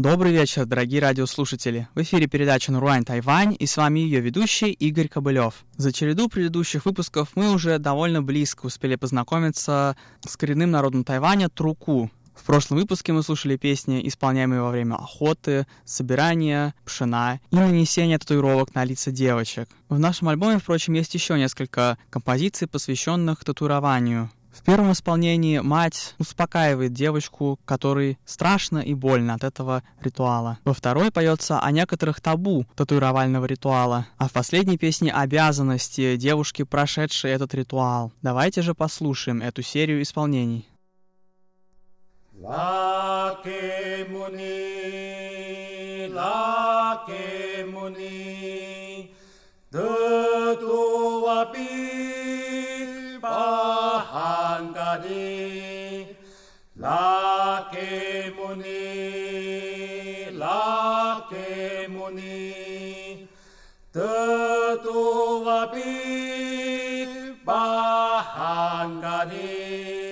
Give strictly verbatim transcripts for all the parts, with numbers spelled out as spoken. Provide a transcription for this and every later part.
Добрый вечер, дорогие радиослушатели. В эфире передача «Наруань Тайвань» и с вами ее ведущий Игорь Кобылев. За череду предыдущих выпусков мы уже довольно близко успели познакомиться с коренным народом Тайваня Труку. В прошлом выпуске мы слушали песни, исполняемые во время охоты, собирания, пшена и нанесения татуировок на лица девочек. В нашем альбоме, впрочем, есть еще несколько композиций, посвященных татуированию. В первом исполнении мать успокаивает девочку, которой страшно и больно от этого ритуала. Во второй поется о некоторых табу татуировального ритуала, а в последней песне обязанности девушки, прошедшей этот ритуал. Давайте же послушаем эту серию исполнений. Лакемуни, лакемуни, татуапи пахангани, лакемуни, лакемуни, татуапи пахангани.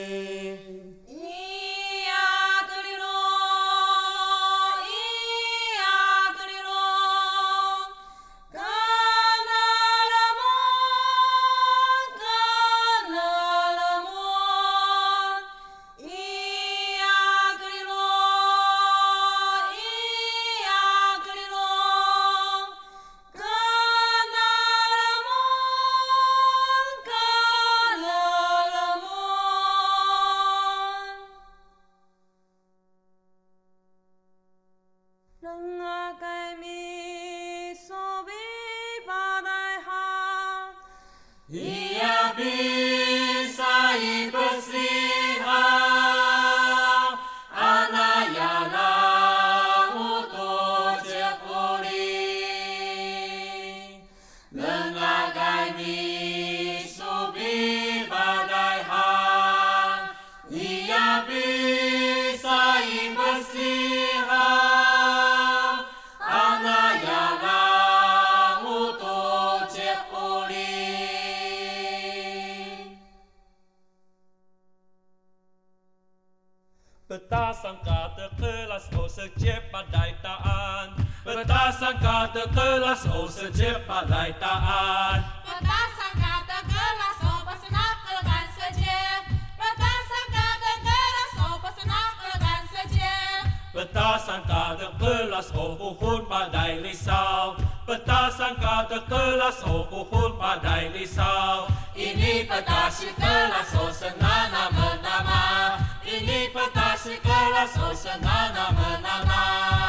Betasangka terkelas oh secepat daitaan. Betasangka terkelas oh secepat daitaan. Betasangka terkelas oh bersenakal saja. Betasangka terkelas oh bersenakal saja. Betasangka terkelas oh puhun padai risau. Betasangka terkelas oh puhun padai risau. Ini petas kelas oh senana menama. Ini petas kelas oh senana menama.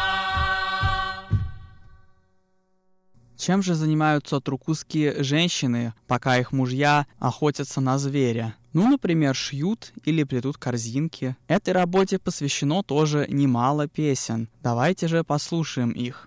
Чем же занимаются трукузские женщины, пока их мужья охотятся на зверя? Ну, например, шьют или плетут корзинки. Этой работе посвящено тоже немало песен. Давайте же послушаем их.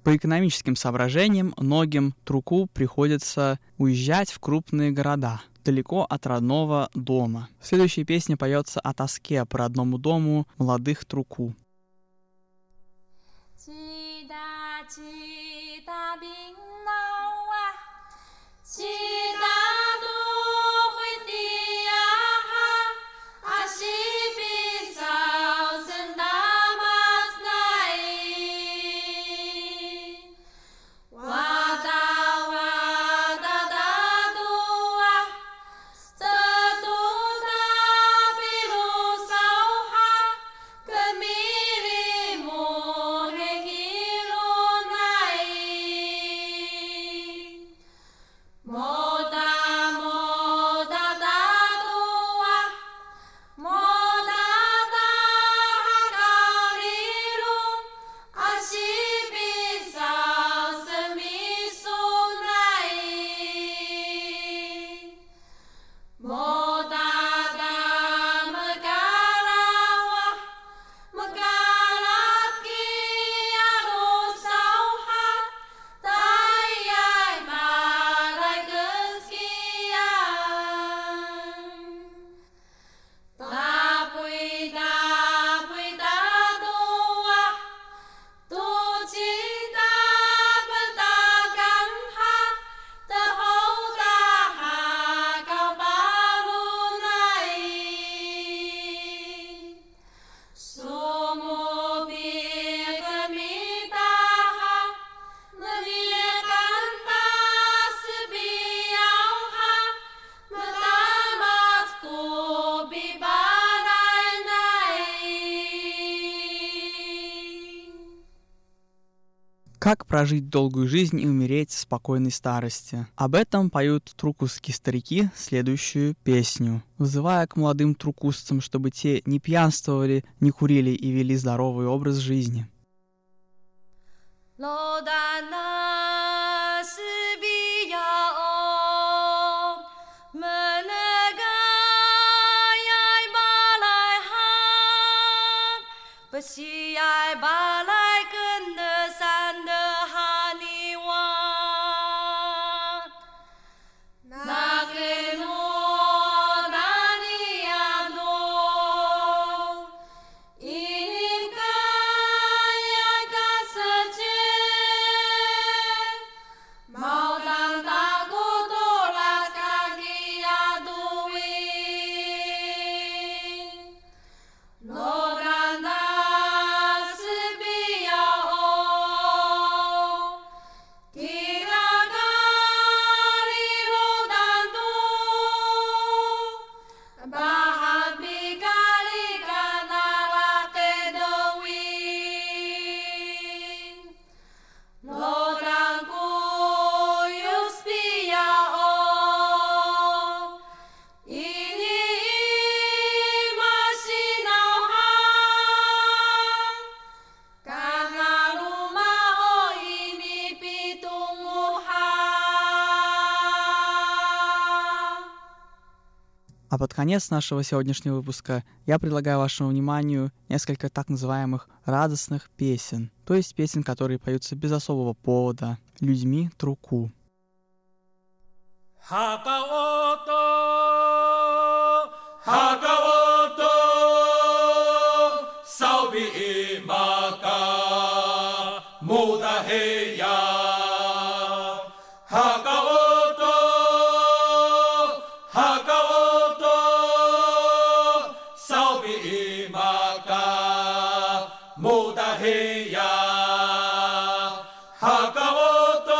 По экономическим соображениям многим труку приходится уезжать в крупные города, далеко от родного дома. В следующей песне поется о тоске по родному дому молодых труку. Как прожить долгую жизнь и умереть в спокойной старости? Об этом поют трукусские старики следующую песню, вызывая к молодым трукусцам, чтобы те не пьянствовали, не курили и вели здоровый образ жизни. А под конец нашего сегодняшнего выпуска я предлагаю вашему вниманию несколько так называемых радостных песен, то есть песен, которые поются без особого повода, людьми труку. Hakaoto, Hakaoto, Saubi imaka, Mudaheya, Hakaoto, Hakaoto, Saubi imaka, Mudaheya, Hakaoto,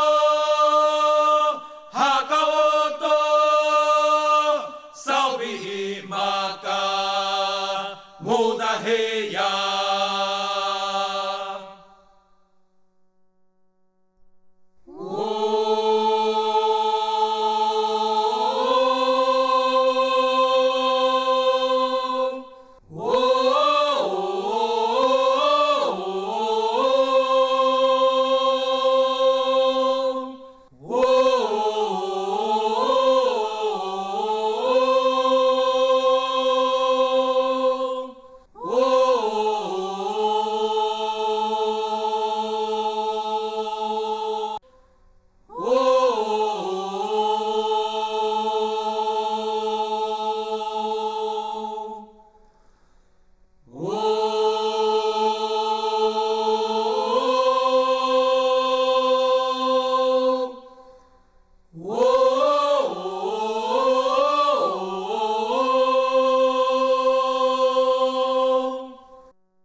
Oh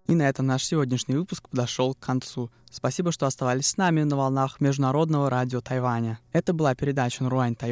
И на этом наш сегодняшний выпуск подошел к концу. Спасибо, что оставались с нами на волнах Международного радио Тайваня. Это была передача Нуруань Тайвань.